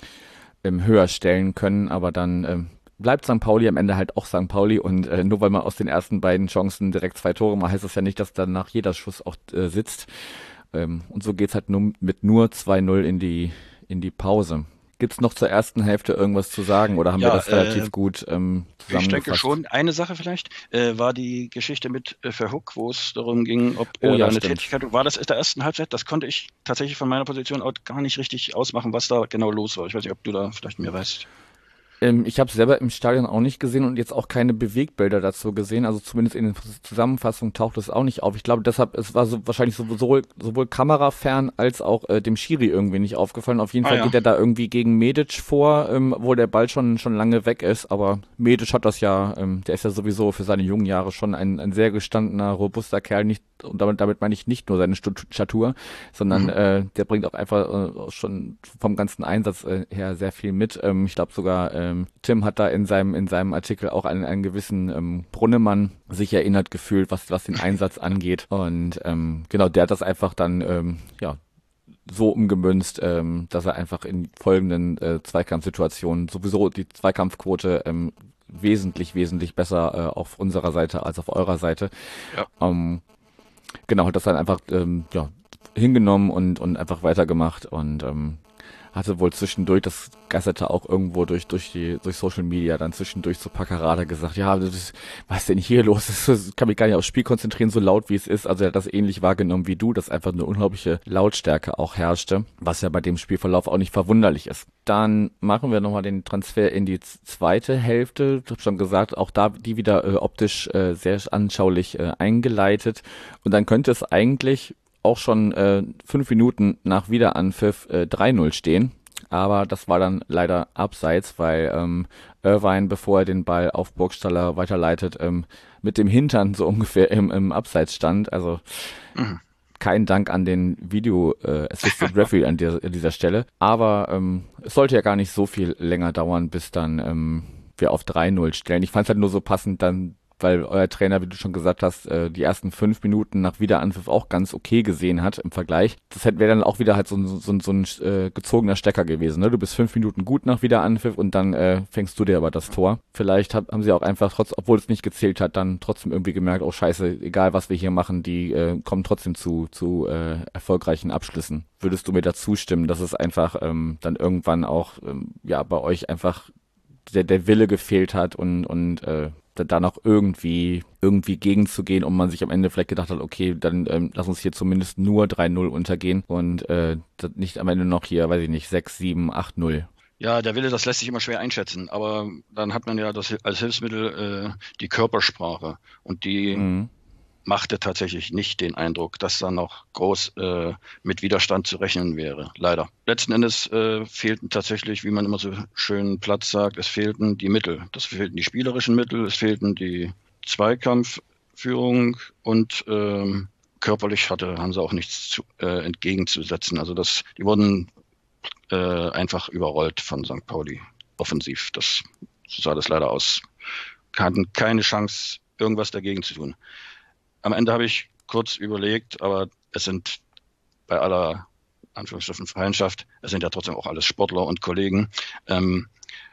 Speaker 2: im höher stellen können, aber dann ähm, bleibt Sankt Pauli am Ende halt auch Sankt Pauli und äh, nur weil man aus den ersten beiden Chancen direkt zwei Tore macht, heißt das ja nicht, dass danach jeder Schuss auch äh, sitzt. Ähm, und so geht's halt nur mit nur zwei null in die in die Pause. Gibt's noch zur ersten Hälfte irgendwas zu sagen oder haben
Speaker 3: Ja,
Speaker 2: wir das relativ
Speaker 3: äh,
Speaker 2: gut ähm, zusammengefasst?
Speaker 3: Ich denke schon. Eine Sache vielleicht äh, war die Geschichte mit äh, Verhoek, wo es darum ging, ob
Speaker 2: Oh
Speaker 3: äh,
Speaker 2: ja,
Speaker 3: eine
Speaker 2: stimmt.
Speaker 3: Tätigkeit war. Das in der ersten Halbzeit. Das konnte ich tatsächlich von meiner Position auch gar nicht richtig ausmachen, was da genau los war. Ich weiß nicht, ob du da vielleicht mehr weißt.
Speaker 2: Ähm, ich habe selber im Stadion auch nicht gesehen und jetzt auch keine Bewegbilder dazu gesehen. Also zumindest in den Zusammenfassungen taucht es auch nicht auf. Ich glaube, deshalb, es war so wahrscheinlich sowohl, sowohl kamerafern als auch äh, dem Schiri irgendwie nicht aufgefallen. Auf jeden
Speaker 3: Ah,
Speaker 2: Fall
Speaker 3: ja.
Speaker 2: geht er da irgendwie gegen Medic vor, ähm, wo der Ball schon schon lange weg ist. Aber Medic hat das ja, ähm, der ist ja sowieso für seine jungen Jahre schon ein, ein sehr gestandener, robuster Kerl. Nicht und damit, damit meine ich nicht nur seine Stu- Statur, sondern
Speaker 3: Mhm.
Speaker 2: äh, der bringt auch einfach äh, schon vom ganzen Einsatz äh, her sehr viel mit. Ähm, ich glaube sogar, ähm, Tim hat da in seinem in seinem Artikel auch einen, einen gewissen ähm, Brunnemann sich erinnert gefühlt, was was den Einsatz angeht. Und ähm, genau, der hat das einfach dann ähm, ja so umgemünzt, ähm, dass er einfach in folgenden äh, Zweikampfsituationen sowieso die Zweikampfquote ähm, wesentlich, wesentlich besser äh, auf unserer Seite als auf eurer Seite.
Speaker 3: Ja.
Speaker 2: Ähm, genau, hat das dann einfach ähm, ja, hingenommen und, und einfach weitergemacht und ähm, hatte wohl zwischendurch, das geisterte auch irgendwo durch durch die durch Social Media, dann zwischendurch zu Paccarada gesagt, ja, das ist, was ist denn hier los? Das ist, kann mich gar nicht aufs Spiel konzentrieren, so laut wie es ist. Also er hat das ähnlich wahrgenommen wie du, dass einfach eine unglaubliche Lautstärke auch herrschte, was ja bei dem Spielverlauf auch nicht verwunderlich ist. Dann machen wir nochmal den Transfer in die z- zweite Hälfte. Ich habe schon gesagt, auch da die wieder äh, optisch äh, sehr anschaulich äh, eingeleitet. Und dann könnte es eigentlich auch schon äh, fünf Minuten nach Wiederanpfiff äh, drei null stehen. Aber das war dann leider abseits, weil ähm, Irvine, bevor er den Ball auf Burgstaller weiterleitet, ähm, mit dem Hintern so ungefähr im, im Abseits stand. Also
Speaker 3: Mhm.
Speaker 2: kein Dank an den Video äh, Assistant Referee an, der, an dieser Stelle. Aber ähm, es sollte ja gar nicht so viel länger dauern, bis dann ähm, wir auf drei null stellen. Ich fand es halt nur so passend dann, weil euer Trainer, wie du schon gesagt hast, äh, die ersten fünf Minuten nach Wiederanpfiff auch ganz okay gesehen hat im Vergleich. Das hätte wäre dann auch wieder halt so, ein- so, ein- so ein äh, gezogener Stecker gewesen. Ne? Du bist fünf Minuten gut nach Wiederanpfiff und dann äh, fängst du dir aber das Tor. Vielleicht hab, haben sie auch einfach, trotz, obwohl es nicht gezählt hat, dann trotzdem irgendwie gemerkt, oh scheiße, egal was wir hier machen, die äh, kommen trotzdem zu, zu äh, erfolgreichen Abschlüssen. Würdest du mir dazu stimmen, dass es einfach ähm, dann irgendwann auch ähm, ja bei euch einfach der, der Wille gefehlt hat und, und äh, da da noch irgendwie irgendwie gegenzugehen und man sich am Ende vielleicht gedacht hat, okay, dann ähm, lass uns hier zumindest nur drei null untergehen und äh, das nicht am Ende noch hier, weiß ich nicht, sechs, sieben, acht null.
Speaker 3: Ja, der Wille, das lässt sich immer schwer einschätzen. Aber dann hat man ja das als Hilfsmittel äh, die Körpersprache. Und die
Speaker 2: Mhm.
Speaker 3: machte tatsächlich nicht den Eindruck, dass da noch groß äh, mit Widerstand zu rechnen wäre. Leider. Letzten Endes äh, fehlten tatsächlich, wie man immer so schön platt sagt, es fehlten die Mittel. Das fehlten die spielerischen Mittel, es fehlten die Zweikampfführung und ähm, körperlich hatte Hansa auch nichts zu, äh, entgegenzusetzen. Also das, die wurden äh, einfach überrollt von Sankt Pauli offensiv. Das so sah das leider aus. Hatten keine Chance, irgendwas dagegen zu tun. Am Ende habe ich kurz überlegt, aber es sind bei aller Anführungsstrichen Feindschaft, es sind ja trotzdem auch alles Sportler und Kollegen. Ähm,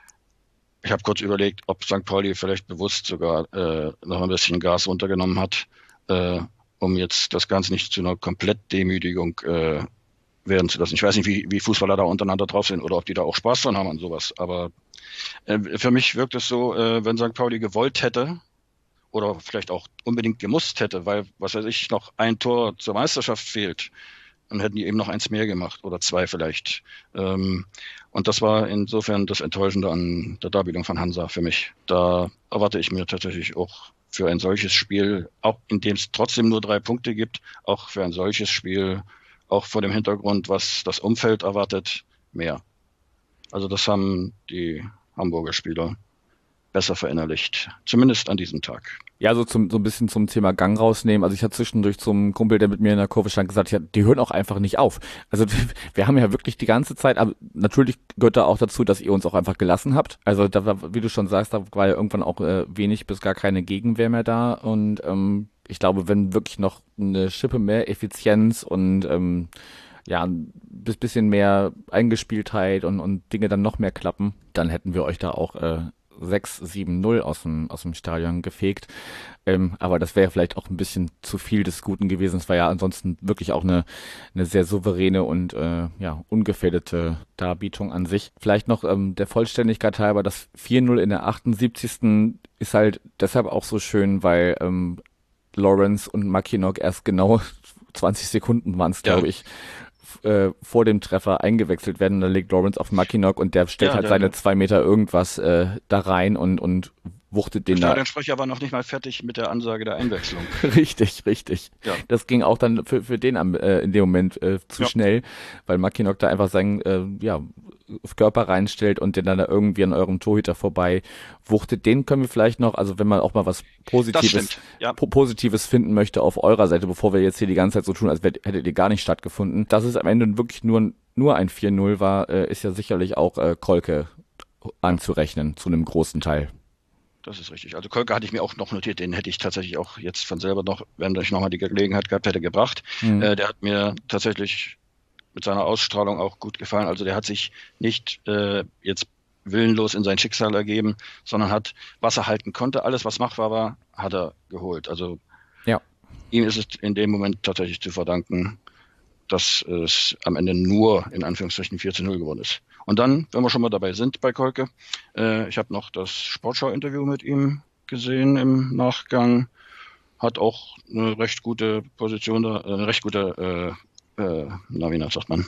Speaker 3: ich habe kurz überlegt, ob Sankt Pauli vielleicht bewusst sogar äh, noch ein bisschen Gas runtergenommen hat, äh, um jetzt das Ganze nicht zu einer Komplettdemütigung äh, werden zu lassen. Ich weiß nicht, wie, wie Fußballer da untereinander drauf sind oder ob die da auch Spaß dran haben an sowas. Aber äh, für mich wirkt es so, äh, wenn Sankt Pauli gewollt hätte oder vielleicht auch unbedingt gemusst hätte, weil, was weiß ich, noch ein Tor zur Meisterschaft fehlt, dann hätten die eben noch eins mehr gemacht oder zwei vielleicht. Ähm, und das war insofern das Enttäuschende an der Darbietung von Hansa für mich. Da erwarte ich mir tatsächlich auch für ein solches Spiel, auch in dem es trotzdem nur drei Punkte gibt, auch für ein solches Spiel, auch vor dem Hintergrund, was das Umfeld erwartet, mehr. Also das haben die Hamburger Spieler besser verinnerlicht, zumindest an diesem Tag.
Speaker 2: Ja, so zum so ein bisschen zum Thema Gang rausnehmen. Also ich hatte zwischendurch zum Kumpel, der mit mir in der Kurve stand, gesagt, ja, die hören auch einfach nicht auf. Also wir haben ja wirklich die ganze Zeit, aber natürlich gehört da auch dazu, dass ihr uns auch einfach gelassen habt. Also da war, wie du schon sagst, da war ja irgendwann auch äh, wenig bis gar keine Gegenwehr mehr da. Und ähm, ich glaube, wenn wirklich noch eine Schippe mehr Effizienz und ähm, ja, ein bisschen mehr Eingespieltheit und, und Dinge dann noch mehr klappen, dann hätten wir euch da auch äh, sechs sieben null aus dem, aus dem Stadion gefegt. Ähm, aber das wäre vielleicht auch ein bisschen zu viel des Guten gewesen. Es war ja ansonsten wirklich auch eine, eine sehr souveräne und äh, ja, ungefährdete Darbietung an sich. Vielleicht noch ähm, der Vollständigkeit halber, das vier null in der achtundsiebzigsten ist halt deshalb auch so schön, weil ähm, Lawrence und Mackinock erst genau zwanzig Sekunden waren es, glaube ja. ich, äh, vor dem Treffer eingewechselt werden. Da legt Lawrence auf Mackinock und der stellt ja, halt der, seine zwei Meter irgendwas äh, da rein und, und wuchtet den da.
Speaker 3: Der Stadionsprecher war noch nicht mal fertig mit der Ansage der Einwechslung.
Speaker 2: Richtig, richtig. Ja. Das ging auch dann für, für den am, äh, in dem Moment äh, zu ja. schnell, weil Mackinock da einfach seinen äh, ja, Körper reinstellt und den dann da irgendwie an eurem Torhüter vorbei wuchtet. Den können wir vielleicht noch, also wenn man auch mal was Positives, ja. po- Positives finden möchte auf eurer Seite, bevor wir jetzt hier die ganze Zeit so tun, als hättet ihr gar nicht stattgefunden, dass es am Ende wirklich nur, nur ein vier null war, äh, ist ja sicherlich auch äh, Kolke anzurechnen, zu einem großen Teil.
Speaker 3: Das ist richtig. Also Kolke hatte ich mir auch noch notiert, den hätte ich tatsächlich auch jetzt von selber noch, wenn ich nochmal die Gelegenheit gehabt hätte, gebracht. Mhm. Äh, der hat mir tatsächlich mit seiner Ausstrahlung auch gut gefallen. Also der hat sich nicht äh, jetzt willenlos in sein Schicksal ergeben, sondern hat, was er halten konnte, alles was machbar war, hat er geholt. Also ja. ihm ist es in dem Moment tatsächlich zu verdanken, dass es am Ende nur in Anführungsstrichen vier zu null geworden ist. Und dann, wenn wir schon mal dabei sind bei Kolke, äh, ich habe noch das Sportschau-Interview mit ihm gesehen im Nachgang, hat auch eine recht gute Position da, eine recht gute, äh, äh, na wie sagt man,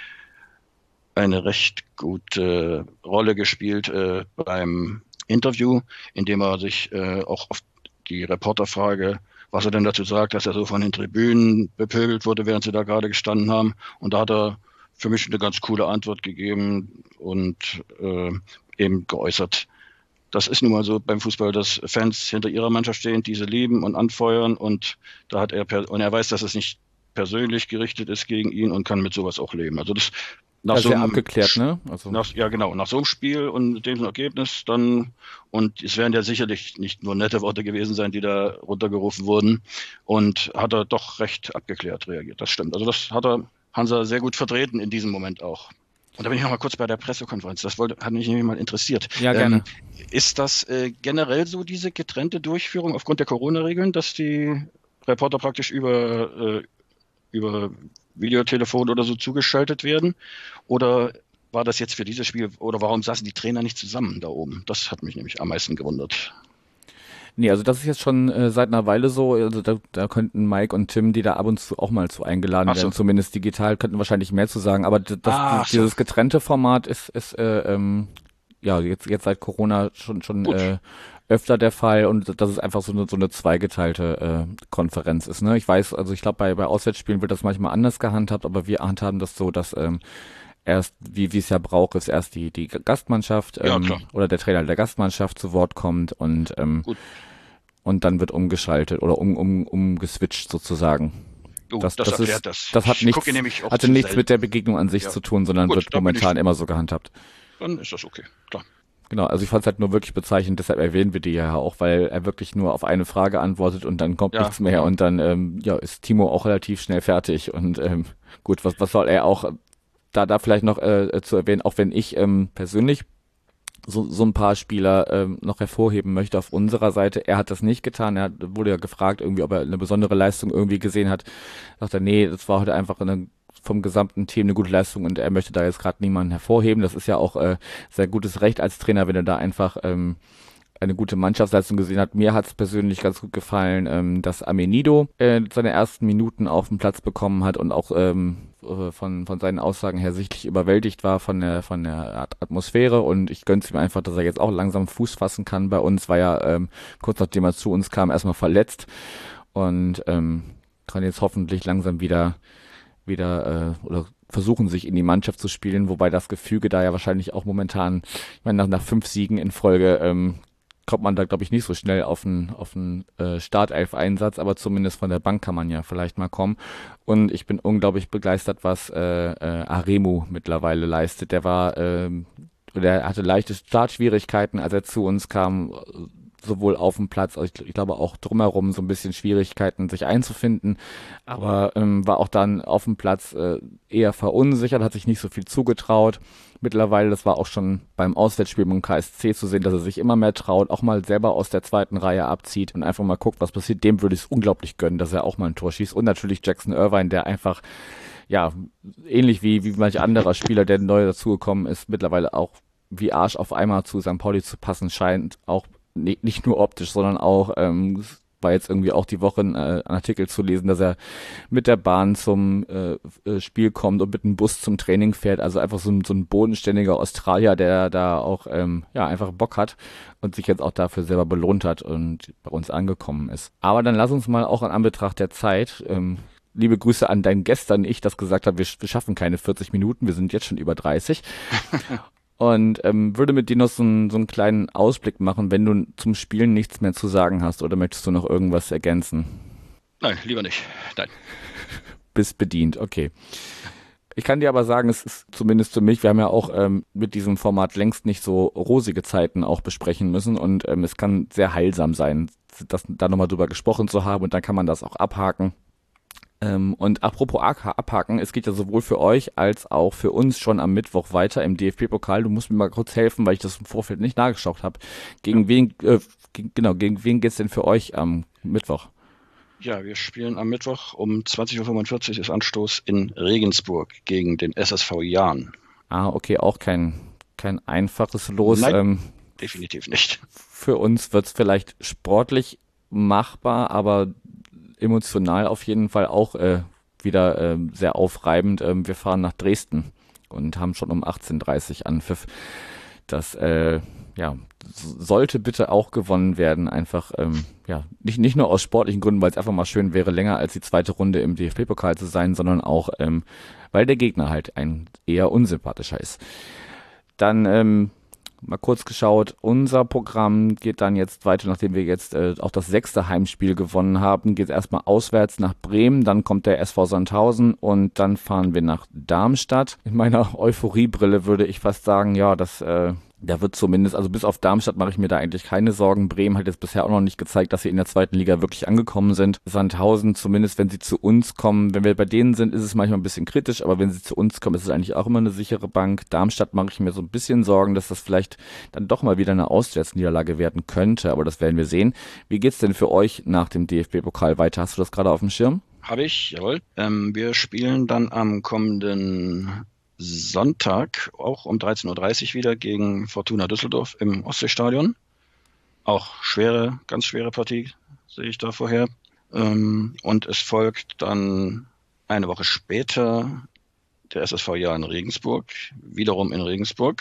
Speaker 3: eine recht gute Rolle gespielt äh, beim Interview, indem er sich äh, auch auf die Reporterfrage, was er denn dazu sagt, dass er so von den Tribünen bepöbelt wurde, während sie da gerade gestanden haben. Und da hat er für mich eine ganz coole Antwort gegeben und äh, eben geäußert. Das ist nun mal so beim Fußball, dass Fans hinter ihrer Mannschaft stehen, diese lieben und anfeuern. Und da hat er per- und er weiß, dass es nicht persönlich gerichtet ist gegen ihn und kann mit sowas auch leben. Also das nach
Speaker 2: das
Speaker 3: so
Speaker 2: ist ja
Speaker 3: einem,
Speaker 2: abgeklärt, ne?
Speaker 3: Also nach, ja, genau. Nach so einem Spiel und mit dem Ergebnis dann, und es werden ja sicherlich nicht nur nette Worte gewesen sein, die da runtergerufen wurden, und hat er doch recht abgeklärt reagiert. Das stimmt. Also das hat er Hansa sehr gut vertreten in diesem Moment auch. Und da bin ich noch mal kurz bei der Pressekonferenz. Das wollte, hat mich nämlich mal interessiert.
Speaker 2: Ja, gerne.
Speaker 3: Ähm, ist das äh, generell so, diese getrennte Durchführung aufgrund der Corona-Regeln, dass die Reporter praktisch über, äh, über Videotelefon oder so zugeschaltet werden? Oder war das jetzt für dieses Spiel, oder warum saßen die Trainer nicht zusammen da oben? Das hat mich nämlich am meisten gewundert.
Speaker 2: Nee, also das ist jetzt schon äh, seit einer Weile so, also da, da könnten Mike und Tim, die da ab und zu auch mal zu eingeladen
Speaker 3: so.
Speaker 2: werden, zumindest digital, könnten wahrscheinlich mehr zu sagen, aber das,
Speaker 3: Ach,
Speaker 2: dieses
Speaker 3: so.
Speaker 2: getrennte Format ist, ist äh, ähm, ja jetzt, jetzt seit Corona schon, schon äh, öfter der Fall, und dass es einfach so eine, so eine zweigeteilte äh, Konferenz ist. Ne? Ich weiß, also ich glaube, bei, bei Auswärtsspielen wird das manchmal anders gehandhabt, aber wir handhaben das so, dass ähm, erst, wie wie es ja braucht, ist erst die, die Gastmannschaft ähm,
Speaker 3: Ja,
Speaker 2: oder der Trainer der Gastmannschaft zu Wort kommt und ähm,
Speaker 3: Gut.
Speaker 2: und dann wird umgeschaltet oder um, um, umgeswitcht sozusagen.
Speaker 3: Oh,
Speaker 2: das,
Speaker 3: das,
Speaker 2: das
Speaker 3: erklärt
Speaker 2: ist,
Speaker 3: das.
Speaker 2: das hat
Speaker 3: Ich
Speaker 2: nichts,
Speaker 3: gucke nämlich auch
Speaker 2: hatte
Speaker 3: zu
Speaker 2: nichts
Speaker 3: selten.
Speaker 2: mit der Begegnung an sich
Speaker 3: Ja.
Speaker 2: zu tun, sondern
Speaker 3: Gut,
Speaker 2: wird
Speaker 3: dann bin
Speaker 2: momentan
Speaker 3: ich-
Speaker 2: immer so gehandhabt.
Speaker 3: Dann ist das okay, klar.
Speaker 2: Genau, also ich fand es halt nur wirklich bezeichnend, deshalb erwähnen wir die ja auch, weil er wirklich nur auf eine Frage antwortet und dann kommt
Speaker 3: Ja,
Speaker 2: nichts mehr
Speaker 3: genau.
Speaker 2: und dann ähm, ja, ist Timo auch relativ schnell fertig und ähm, gut, was, was soll er auch da da vielleicht noch äh, zu erwähnen, auch wenn ich ähm, persönlich so, so ein paar Spieler ähm, noch hervorheben möchte auf unserer Seite. Er hat das nicht getan. Er hat, wurde ja gefragt, irgendwie, ob er eine besondere Leistung irgendwie gesehen hat. Sagt er, nee, das war heute einfach eine, vom gesamten Team eine gute Leistung und er möchte da jetzt gerade niemanden hervorheben. Das ist ja auch äh, sehr gutes Recht als Trainer, wenn er da einfach ähm, eine gute Mannschaftsleistung gesehen hat. Mir hat es persönlich ganz gut gefallen, ähm, dass Amenido äh, seine ersten Minuten auf dem Platz bekommen hat und auch ähm, äh, von von seinen Aussagen her sichtlich überwältigt war von der von der Atmosphäre und ich gönn's ihm einfach, dass er jetzt auch langsam Fuß fassen kann. Bei uns war ja ähm, kurz nachdem er zu uns kam erstmal verletzt und ähm, kann jetzt hoffentlich langsam wieder wieder äh, oder versuchen sich in die Mannschaft zu spielen, wobei das Gefüge da ja wahrscheinlich auch momentan, ich meine nach, nach fünf Siegen in Folge ähm, kommt man da, glaube ich, nicht so schnell auf einen auf einen äh, Startelf-Einsatz, aber zumindest von der Bank kann man ja vielleicht mal kommen. Und ich bin unglaublich begeistert, was äh, äh, Aremu mittlerweile leistet. Der war, ähm, der hatte leichte Startschwierigkeiten, als er zu uns kam, sowohl auf dem Platz, als ich, ich glaube auch drumherum so ein bisschen Schwierigkeiten, sich einzufinden, aber ähm, war auch dann auf dem Platz äh, eher verunsichert, hat sich nicht so viel zugetraut. Mittlerweile, das war auch schon beim Auswärtsspiel beim K S C zu sehen, dass er sich immer mehr traut, auch mal selber aus der zweiten Reihe abzieht und einfach mal guckt, was passiert. Dem würde ich es unglaublich gönnen, dass er auch mal ein Tor schießt. Und natürlich Jackson Irvine, der einfach, ja, ähnlich wie, wie manch anderer Spieler, der neu dazugekommen ist, mittlerweile auch wie Arsch auf einmal zu Sankt Pauli zu passen scheint, auch nicht, nicht nur optisch, sondern auch, ähm, war jetzt irgendwie auch die Woche ein äh, Artikel zu lesen, dass er mit der Bahn zum äh, Spiel kommt und mit dem Bus zum Training fährt. Also einfach so ein, so ein bodenständiger Australier, der da auch ähm, ja einfach Bock hat und sich jetzt auch dafür selber belohnt hat und bei uns angekommen ist. Aber dann lass uns mal auch in Anbetracht der Zeit, ähm, liebe Grüße an dein gestern ich das gesagt habe, wir, wir schaffen keine vierzig Minuten, wir sind jetzt schon über dreißig. Und ähm, würde mit dir noch so, ein, so einen kleinen Ausblick machen, wenn du zum Spielen nichts mehr zu sagen hast oder möchtest du noch irgendwas ergänzen?
Speaker 3: Nein, lieber nicht. Nein.
Speaker 2: Bist bedient, okay. Ich kann dir aber sagen, es ist zumindest für mich, wir haben ja auch ähm, mit diesem Format längst nicht so rosige Zeiten auch besprechen müssen und ähm, es kann sehr heilsam sein, das, da nochmal drüber gesprochen zu haben und dann kann man das auch abhaken. Ähm, und apropos abhaken, es geht ja sowohl für euch als auch für uns schon am Mittwoch weiter im D F B-Pokal. Du musst mir mal kurz helfen, weil ich das im Vorfeld nicht nachgeschaut habe. Gegen ja. wen, äh, gegen, genau, gegen wen geht's denn für euch am Mittwoch?
Speaker 3: Ja, wir spielen am Mittwoch um zwanzig Uhr fünfundvierzig ist Anstoß in Regensburg gegen den S S V Jahn.
Speaker 2: Ah, okay, auch kein, kein einfaches Los.
Speaker 3: Nein,
Speaker 2: ähm,
Speaker 3: definitiv nicht.
Speaker 2: Für uns wird's vielleicht sportlich machbar, aber emotional auf jeden Fall auch äh, wieder äh, sehr aufreibend. Ähm, wir fahren nach Dresden und haben schon um achtzehn Uhr dreißig Anpfiff. Das äh, ja, sollte bitte auch gewonnen werden. Einfach ähm, ja nicht nicht nur aus sportlichen Gründen, weil es einfach mal schön wäre, länger als die zweite Runde im D F B-Pokal zu sein, sondern auch, ähm, weil der Gegner halt ein eher unsympathischer ist. Dann ähm, mal kurz geschaut, unser Programm geht dann jetzt weiter, nachdem wir jetzt äh, auch das sechste Heimspiel gewonnen haben, geht es erstmal auswärts nach Bremen, dann kommt der S V Sandhausen und dann fahren wir nach Darmstadt. In meiner Euphoriebrille würde ich fast sagen, ja, das äh, da wird zumindest, also bis auf Darmstadt mache ich mir da eigentlich keine Sorgen. Bremen hat jetzt bisher auch noch nicht gezeigt, dass sie in der zweiten Liga wirklich angekommen sind. Sandhausen, zumindest wenn sie zu uns kommen, wenn wir bei denen sind, ist es manchmal ein bisschen kritisch, aber wenn sie zu uns kommen, ist es eigentlich auch immer eine sichere Bank. Darmstadt mache ich mir so ein bisschen Sorgen, dass das vielleicht dann doch mal wieder eine Auswärtsniederlage werden könnte, aber das werden wir sehen. Wie geht's denn für euch nach dem D F B-Pokal weiter? Hast du das gerade auf dem Schirm?
Speaker 3: Habe ich, jawohl. Ähm, wir spielen dann am kommenden Sonntag auch um dreizehn Uhr dreißig wieder gegen Fortuna Düsseldorf im Ostseestadion. Auch schwere, ganz schwere Partie sehe ich da vorher. Ähm, und es folgt dann eine Woche später der S S V Jahn in Regensburg, wiederum in Regensburg.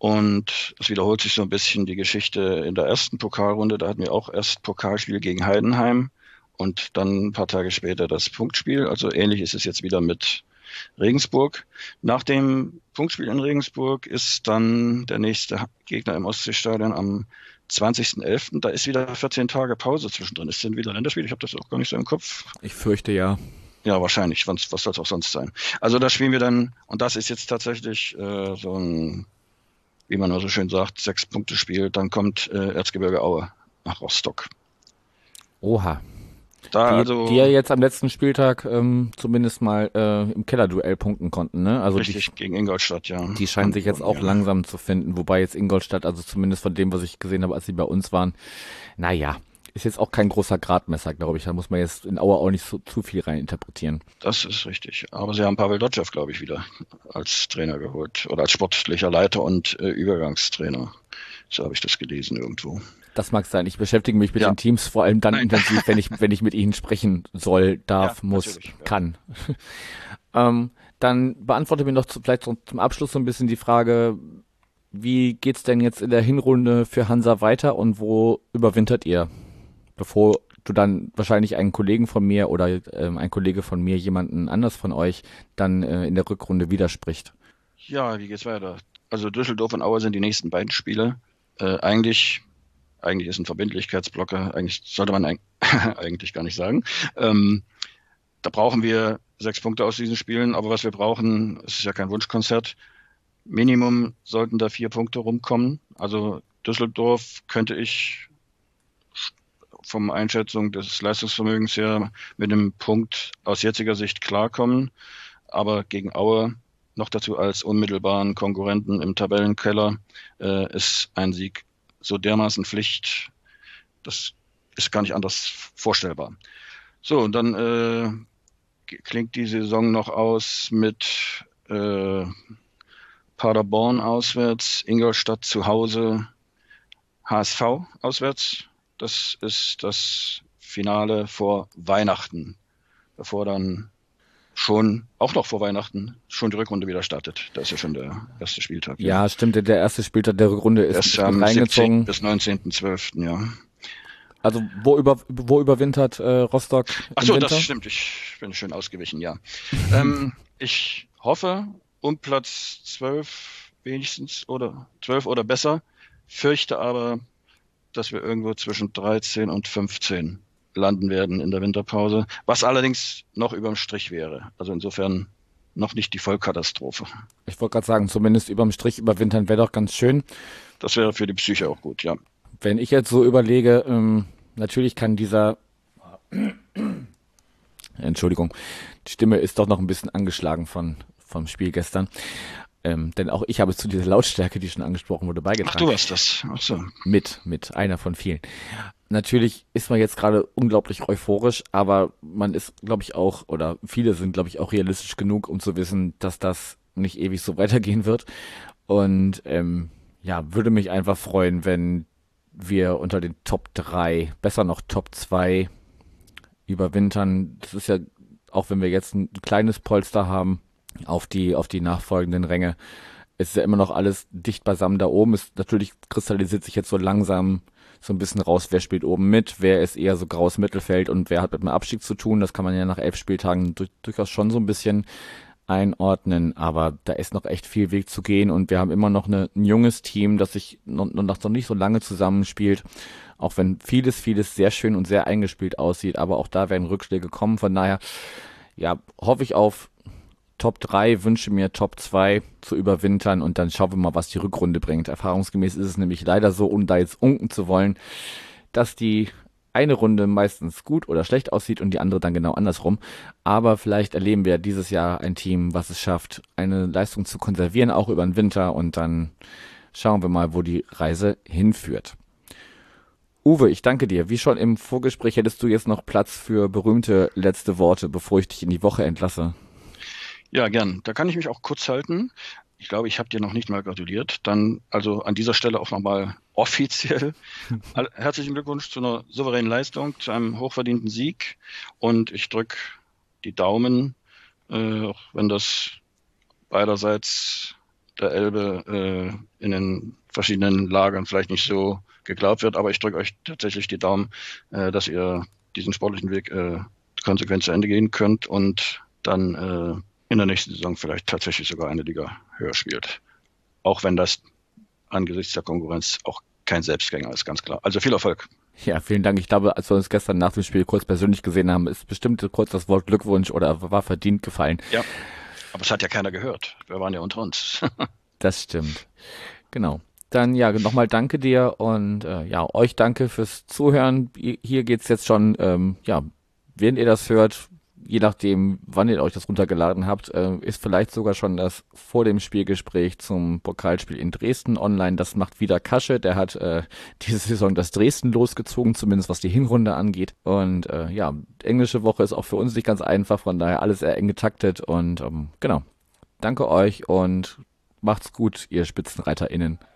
Speaker 3: Und es wiederholt sich so ein bisschen die Geschichte in der ersten Pokalrunde. Da hatten wir auch erst Pokalspiel gegen Heidenheim und dann ein paar Tage später das Punktspiel. Also ähnlich ist es jetzt wieder mit Regensburg. Nach dem Punktspiel in Regensburg ist dann der nächste Gegner im Ostseestadion am zwanzigsten elften Da ist wieder vierzehn Tage Pause zwischendrin. Ist denn wieder Länderspiel? Ich habe das auch gar nicht so im Kopf.
Speaker 2: Ich fürchte ja.
Speaker 3: Ja, wahrscheinlich. Was, was soll es auch sonst sein? Also da spielen wir dann, und das ist jetzt tatsächlich äh, so ein wie man so schön sagt, sechs Punkte Spiel, dann kommt äh, Erzgebirge Aue nach Rostock.
Speaker 2: Oha.
Speaker 3: Da,
Speaker 2: die,
Speaker 3: also,
Speaker 2: die ja jetzt am letzten Spieltag ähm, zumindest mal äh, im Kellerduell punkten konnten, ne? Also
Speaker 3: richtig,
Speaker 2: die,
Speaker 3: gegen Ingolstadt, ja.
Speaker 2: die scheinen sich jetzt auch
Speaker 3: ja.
Speaker 2: langsam zu finden, wobei jetzt Ingolstadt, also zumindest von dem, was ich gesehen habe, als sie bei uns waren, naja, ist jetzt auch kein großer Gradmesser, glaube ich. Da muss man jetzt in Aue auch nicht so zu viel rein interpretieren.
Speaker 3: Das ist richtig. Aber sie haben Pavel Dotschew, glaube ich, wieder als Trainer geholt oder als sportlicher Leiter und äh, Übergangstrainer. So habe ich das gelesen irgendwo.
Speaker 2: Das mag sein. Ich beschäftige mich mit
Speaker 3: Ja.
Speaker 2: den Teams vor allem dann
Speaker 3: Nein.
Speaker 2: intensiv, wenn ich, wenn ich mit ihnen sprechen soll, darf,
Speaker 3: Ja,
Speaker 2: muss,
Speaker 3: natürlich, ja.
Speaker 2: kann. ähm, dann beantworte mir noch zu, vielleicht so zum Abschluss so ein bisschen die Frage, wie geht's denn jetzt in der Hinrunde für Hansa weiter und wo überwintert ihr? Bevor du dann wahrscheinlich einen Kollegen von mir oder ähm, ein Kollege von mir jemanden anders von euch dann äh, in der Rückrunde widerspricht.
Speaker 3: Ja, wie geht's weiter? Also Düsseldorf und Aue sind die nächsten beiden Spiele. Äh, eigentlich, eigentlich ist ein Verbindlichkeitsblocker, eigentlich sollte man eig- eigentlich gar nicht sagen. Ähm, da brauchen wir sechs Punkte aus diesen Spielen, aber was wir brauchen, es ist ja kein Wunschkonzert. Minimum sollten da vier Punkte rumkommen. Also Düsseldorf könnte ich vom Einschätzung des Leistungsvermögens her mit einem Punkt aus jetziger Sicht klarkommen, aber gegen Aue noch dazu als unmittelbaren Konkurrenten im Tabellenkeller äh, ist ein Sieg so dermaßen Pflicht, das ist gar nicht anders vorstellbar. So, und dann äh, klingt die Saison noch aus mit äh, Paderborn auswärts, Ingolstadt zu Hause, H S V auswärts. Das ist das Finale vor Weihnachten, bevor dann schon, auch noch vor Weihnachten, schon die Rückrunde wieder startet. Da ist ja schon der erste Spieltag.
Speaker 2: Ja, stimmt, der erste Spieltag der Rückrunde ist,
Speaker 3: Das
Speaker 2: ist
Speaker 3: ist
Speaker 2: mit
Speaker 3: am
Speaker 2: reingezogen.
Speaker 3: siebzehnten bis neunzehnten zwölften ja.
Speaker 2: Also wo über wo überwintert äh, Rostock im
Speaker 3: Ach so,
Speaker 2: Winter?
Speaker 3: das stimmt. Ich bin schön ausgewichen, ja. ähm, ich hoffe, um Platz zwölf wenigstens oder zwölf oder besser, fürchte aber, dass wir irgendwo zwischen dreizehn und fünfzehn landen werden in der Winterpause, was allerdings noch überm Strich wäre. Also insofern noch nicht die Vollkatastrophe.
Speaker 2: Ich wollte gerade sagen, zumindest überm Strich überwintern wäre doch ganz schön.
Speaker 3: Das wäre für die Psyche auch gut, ja.
Speaker 2: Wenn ich jetzt so überlege, ähm, natürlich kann dieser Entschuldigung, die Stimme ist doch noch ein bisschen angeschlagen von vom Spiel gestern. Ähm, denn auch ich habe zu dieser Lautstärke, die schon angesprochen wurde, beigetragen.
Speaker 3: Ach, du warst das. Ach so.
Speaker 2: Mit, mit, einer von vielen. Natürlich ist man jetzt gerade unglaublich euphorisch, aber man ist, glaube ich, auch, oder viele sind, glaube ich, auch realistisch genug, um zu wissen, dass das nicht ewig so weitergehen wird. Und ähm, ja, würde mich einfach freuen, wenn wir unter den Top drei, besser noch Top zwei überwintern. Das ist ja, auch wenn wir jetzt ein kleines Polster haben, auf die, auf die nachfolgenden Ränge. Es ist ja immer noch alles dicht beisammen da oben. Es natürlich kristallisiert sich jetzt so langsam so ein bisschen raus, wer spielt oben mit, wer ist eher so graues Mittelfeld und wer hat mit dem Abstieg zu tun. Das kann man ja nach elf Spieltagen durch, durchaus schon so ein bisschen einordnen, aber da ist noch echt viel Weg zu gehen und wir haben immer noch eine, ein junges Team, das sich noch, noch nicht so lange zusammenspielt, auch wenn vieles, vieles sehr schön und sehr eingespielt aussieht, aber auch da werden Rückschläge kommen. Von daher, ja, hoffe ich auf Top drei, wünsche mir Top zwei zu überwintern und dann schauen wir mal, was die Rückrunde bringt. Erfahrungsgemäß ist es nämlich leider so, ohne da jetzt unken zu wollen, dass die eine Runde meistens gut oder schlecht aussieht und die andere dann genau andersrum. Aber vielleicht erleben wir dieses Jahr ein Team, was es schafft, eine Leistung zu konservieren, auch über den Winter und dann schauen wir mal, wo die Reise hinführt. Uwe, ich danke dir. Wie schon im Vorgespräch hättest du jetzt noch Platz für berühmte letzte Worte, bevor ich dich in die Woche entlasse.
Speaker 3: Ja, gern. Da kann ich mich auch kurz halten. Ich glaube, ich habe dir noch nicht mal gratuliert. Dann also an dieser Stelle auch nochmal offiziell herzlichen Glückwunsch zu einer souveränen Leistung, zu einem hochverdienten Sieg. Und ich drücke die Daumen, äh, auch wenn das beiderseits der Elbe äh, in den verschiedenen Lagern vielleicht nicht so geglaubt wird. Aber ich drücke euch tatsächlich die Daumen, äh, dass ihr diesen sportlichen Weg äh, konsequent zu Ende gehen könnt und dann äh, in der nächsten Saison vielleicht tatsächlich sogar eine Liga höher spielt. Auch wenn das angesichts der Konkurrenz auch kein Selbstgänger ist, ganz klar. Also viel Erfolg.
Speaker 2: Ja, vielen Dank. Ich glaube, als wir uns gestern nach dem Spiel kurz persönlich gesehen haben, ist bestimmt kurz das Wort Glückwunsch oder war verdient gefallen.
Speaker 3: Ja, aber es hat ja keiner gehört. Wir waren ja unter uns.
Speaker 2: Das stimmt. Genau. Dann ja, nochmal danke dir und äh, ja, euch danke fürs Zuhören. Hier geht's jetzt schon, ähm, ja, wenn ihr das hört, je nachdem, wann ihr euch das runtergeladen habt, äh, ist vielleicht sogar schon das vor dem Spielgespräch zum Pokalspiel in Dresden online. Das macht wieder Kasche. Der hat äh, diese Saison das Dresden losgezogen, zumindest was die Hinrunde angeht. Und äh, ja, englische Woche ist auch für uns nicht ganz einfach, von daher alles sehr eng getaktet. Und ähm, genau, danke euch und macht's gut, ihr SpitzenreiterInnen.